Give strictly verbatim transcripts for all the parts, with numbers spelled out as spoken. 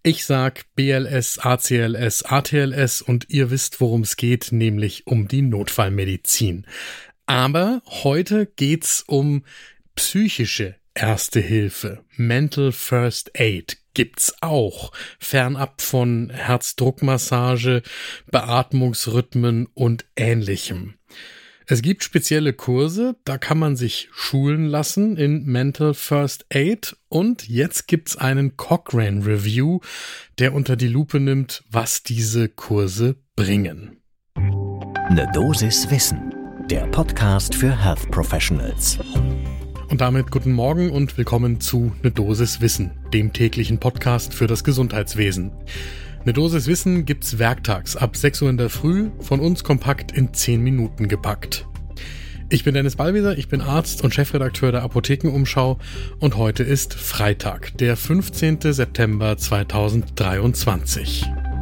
Ich sag B L S, A C L S, A T L S und ihr wisst, worum es geht, nämlich um die Notfallmedizin. Aber heute geht's um psychische Erste Hilfe. Mental First Aid gibt's auch, fernab von Herzdruckmassage, Beatmungsrhythmen und Ähnlichem. Es gibt spezielle Kurse, da kann man sich schulen lassen in Mental First Aid und jetzt gibt's einen Cochrane Review, der unter die Lupe nimmt, was diese Kurse bringen. Ne Dosis Wissen, der Podcast für Health Professionals. Und damit guten Morgen und willkommen zu Ne Dosis Wissen, dem täglichen Podcast für das Gesundheitswesen. Ne Dosis Wissen gibt's werktags ab sechs Uhr in der Früh, von uns kompakt in zehn Minuten gepackt. Ich bin Dennis Ballwieser, ich bin Arzt und Chefredakteur der Apothekenumschau und heute ist Freitag, der fünfzehnten September zweitausenddreiundzwanzig.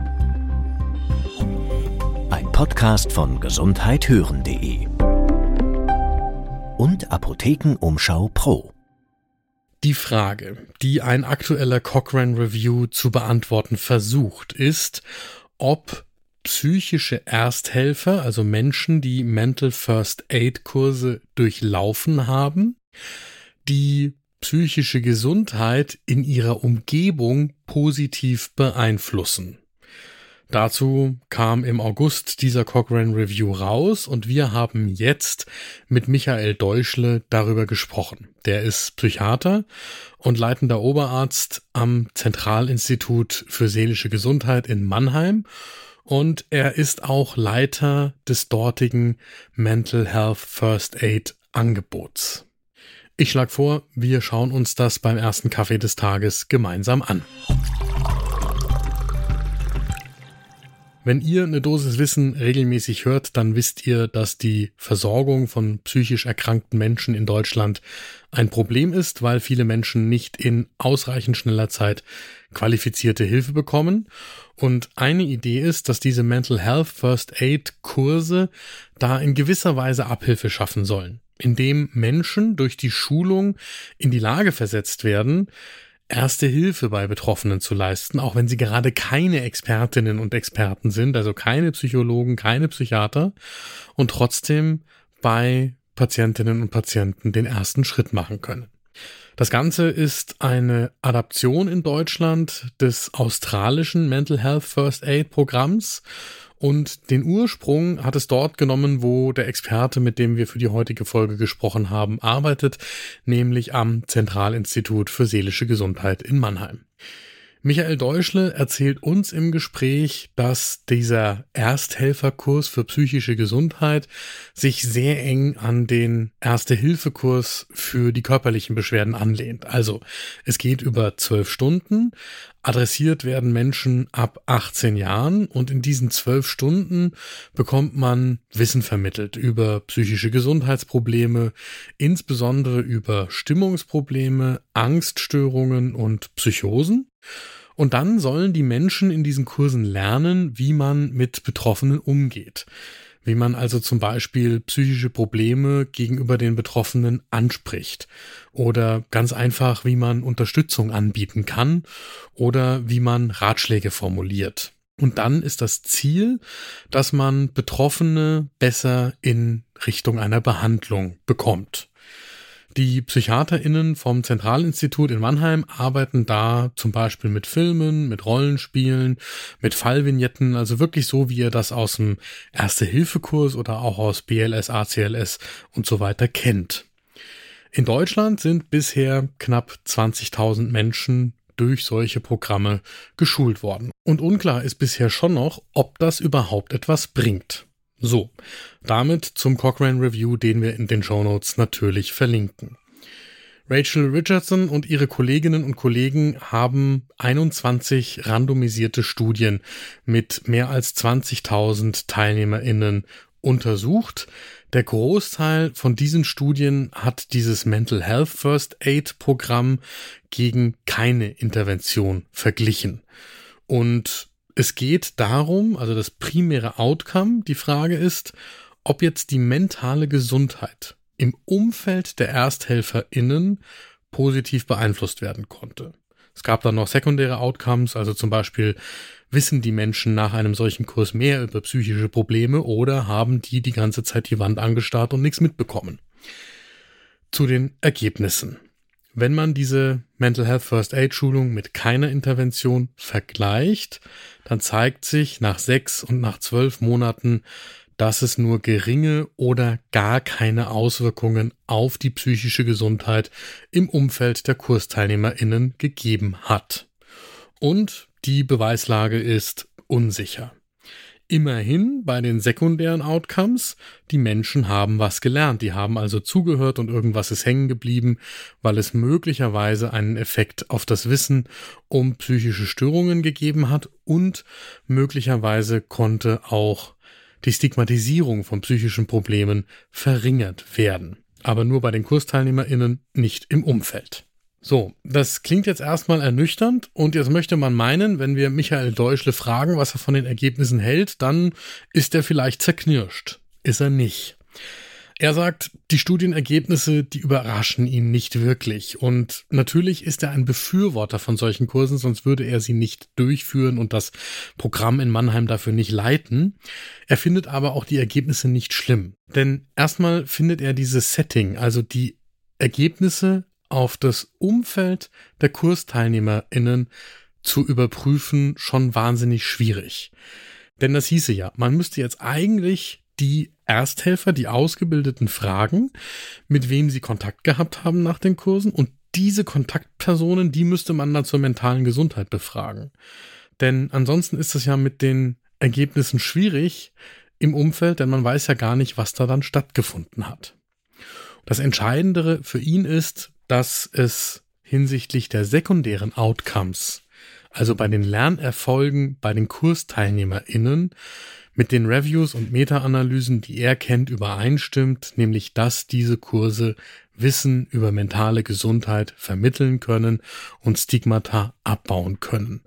Ein Podcast von gesundheit hören punkt de und Apothekenumschau Pro. Die Frage, die ein aktueller Cochrane Review zu beantworten versucht, ist, ob psychische Ersthelfer, also Menschen, die Mental First Aid Kurse durchlaufen haben, die psychische Gesundheit in ihrer Umgebung positiv beeinflussen. Dazu kam im August dieser Cochrane Review raus und wir haben jetzt mit Michael Deuschle darüber gesprochen. Der ist Psychiater und leitender Oberarzt am Zentralinstitut für seelische Gesundheit in Mannheim und er ist auch Leiter des dortigen Mental Health First Aid Angebots. Ich schlage vor, wir schauen uns das beim ersten Kaffee des Tages gemeinsam an. Wenn ihr eine Dosis Wissen regelmäßig hört, dann wisst ihr, dass die Versorgung von psychisch erkrankten Menschen in Deutschland ein Problem ist, weil viele Menschen nicht in ausreichend schneller Zeit qualifizierte Hilfe bekommen. Und eine Idee ist, dass diese Mental Health First Aid Kurse da in gewisser Weise Abhilfe schaffen sollen, indem Menschen durch die Schulung in die Lage versetzt werden, Erste Hilfe bei Betroffenen zu leisten, auch wenn sie gerade keine Expertinnen und Experten sind, also keine Psychologen, keine Psychiater und trotzdem bei Patientinnen und Patienten den ersten Schritt machen können. Das Ganze ist eine Adaption in Deutschland des australischen Mental Health First Aid Programms und den Ursprung hat es dort genommen, wo der Experte, mit dem wir für die heutige Folge gesprochen haben, arbeitet, nämlich am Zentralinstitut für seelische Gesundheit in Mannheim. Michael Deuschle erzählt uns im Gespräch, dass dieser Ersthelferkurs für psychische Gesundheit sich sehr eng an den Erste-Hilfe-Kurs für die körperlichen Beschwerden anlehnt. Also es geht über zwölf Stunden, adressiert werden Menschen ab achtzehn Jahren und in diesen zwölf Stunden bekommt man Wissen vermittelt über psychische Gesundheitsprobleme, insbesondere über Stimmungsprobleme, Angststörungen und Psychosen. Und dann sollen die Menschen in diesen Kursen lernen, wie man mit Betroffenen umgeht. Wie man also zum Beispiel psychische Probleme gegenüber den Betroffenen anspricht. Oder ganz einfach, wie man Unterstützung anbieten kann oder wie man Ratschläge formuliert. Und dann ist das Ziel, dass man Betroffene besser in Richtung einer Behandlung bekommt. Die PsychiaterInnen vom Zentralinstitut in Mannheim arbeiten da zum Beispiel mit Filmen, mit Rollenspielen, mit Fallvignetten, also wirklich so, wie ihr das aus dem Erste-Hilfe-Kurs oder auch aus B L S, A C L S und so weiter kennt. In Deutschland sind bisher knapp zwanzigtausend Menschen durch solche Programme geschult worden. Und unklar ist bisher schon noch, ob das überhaupt etwas bringt. So, damit zum Cochrane Review, den wir in den Shownotes natürlich verlinken. Rachel Richardson und ihre Kolleginnen und Kollegen haben einundzwanzig randomisierte Studien mit mehr als zwanzigtausend TeilnehmerInnen untersucht. Der Großteil von diesen Studien hat dieses Mental Health First Aid Programm gegen keine Intervention verglichen. Und es geht darum, also das primäre Outcome, die Frage ist, ob jetzt die mentale Gesundheit im Umfeld der ErsthelferInnen positiv beeinflusst werden konnte. Es gab dann noch sekundäre Outcomes, also zum Beispiel, wissen die Menschen nach einem solchen Kurs mehr über psychische Probleme oder haben die die ganze Zeit die Wand angestarrt und nichts mitbekommen? Zu den Ergebnissen. Wenn man diese Mental Health First Aid Schulung mit keiner Intervention vergleicht, dann zeigt sich nach sechs und nach zwölf Monaten, dass es nur geringe oder gar keine Auswirkungen auf die psychische Gesundheit im Umfeld der KursteilnehmerInnen gegeben hat. Und die Beweislage ist unsicher. Immerhin bei den sekundären Outcomes, die Menschen haben was gelernt, die haben also zugehört und irgendwas ist hängen geblieben, weil es möglicherweise einen Effekt auf das Wissen um psychische Störungen gegeben hat und möglicherweise konnte auch die Stigmatisierung von psychischen Problemen verringert werden. Aber nur bei den KursteilnehmerInnen, nicht im Umfeld. So, das klingt jetzt erstmal ernüchternd und jetzt möchte man meinen, wenn wir Michael Deuschle fragen, was er von den Ergebnissen hält, dann ist er vielleicht zerknirscht. Ist er nicht. Er sagt, die Studienergebnisse, die überraschen ihn nicht wirklich. Und natürlich ist er ein Befürworter von solchen Kursen, sonst würde er sie nicht durchführen und das Programm in Mannheim dafür nicht leiten. Er findet aber auch die Ergebnisse nicht schlimm. Denn erstmal findet er dieses Setting, also die Ergebnisse auf das Umfeld der KursteilnehmerInnen zu überprüfen, schon wahnsinnig schwierig. Denn das hieße ja, man müsste jetzt eigentlich die Ersthelfer, die Ausgebildeten fragen, mit wem sie Kontakt gehabt haben nach den Kursen und diese Kontaktpersonen, die müsste man dann zur mentalen Gesundheit befragen. Denn ansonsten ist es ja mit den Ergebnissen schwierig im Umfeld, denn man weiß ja gar nicht, was da dann stattgefunden hat. Das Entscheidendere für ihn ist, dass es hinsichtlich der sekundären Outcomes, also bei den Lernerfolgen bei den KursteilnehmerInnen, mit den Reviews und Meta-Analysen, die er kennt, übereinstimmt, nämlich dass diese Kurse Wissen über mentale Gesundheit vermitteln können und Stigmata abbauen können.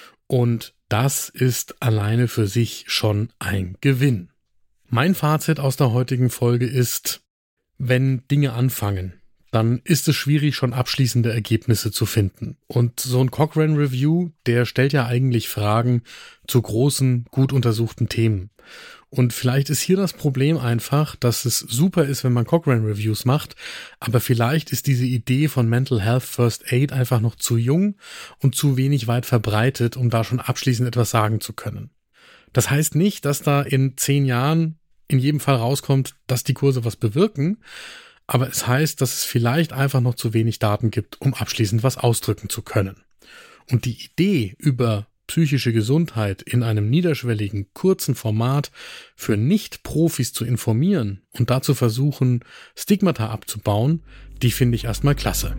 Und das ist alleine für sich schon ein Gewinn. Mein Fazit aus der heutigen Folge ist, wenn Dinge anfangen, dann ist es schwierig, schon abschließende Ergebnisse zu finden. Und so ein Cochrane Review, der stellt ja eigentlich Fragen zu großen, gut untersuchten Themen. Und vielleicht ist hier das Problem einfach, dass es super ist, wenn man Cochrane Reviews macht, aber vielleicht ist diese Idee von Mental Health First Aid einfach noch zu jung und zu wenig weit verbreitet, um da schon abschließend etwas sagen zu können. Das heißt nicht, dass da in zehn Jahren in jedem Fall rauskommt, dass die Kurse was bewirken, aber es heißt, dass es vielleicht einfach noch zu wenig Daten gibt, um abschließend was ausdrücken zu können. Und die Idee über psychische Gesundheit in einem niederschwelligen, kurzen Format für Nicht-Profis zu informieren und dazu versuchen, Stigmata abzubauen, die finde ich erstmal klasse.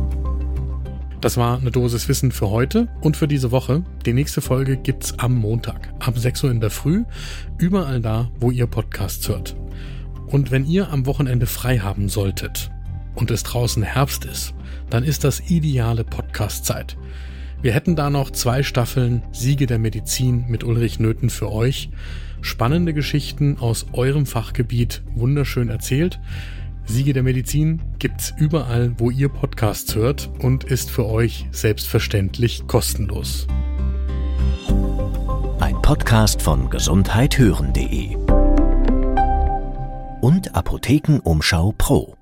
Das war eine Dosis Wissen für heute und für diese Woche. Die nächste Folge gibt's am Montag, ab sechs Uhr in der Früh, überall da, wo ihr Podcasts hört. Und wenn ihr am Wochenende frei haben solltet und es draußen Herbst ist, dann ist das ideale Podcast-Zeit. Wir hätten da noch zwei Staffeln Siege der Medizin mit Ulrich Nöthen für euch. Spannende Geschichten aus eurem Fachgebiet, wunderschön erzählt. Siege der Medizin gibt's überall, wo ihr Podcasts hört und ist für euch selbstverständlich kostenlos. Ein Podcast von gesundheit hören punkt de und Apothekenumschau Pro.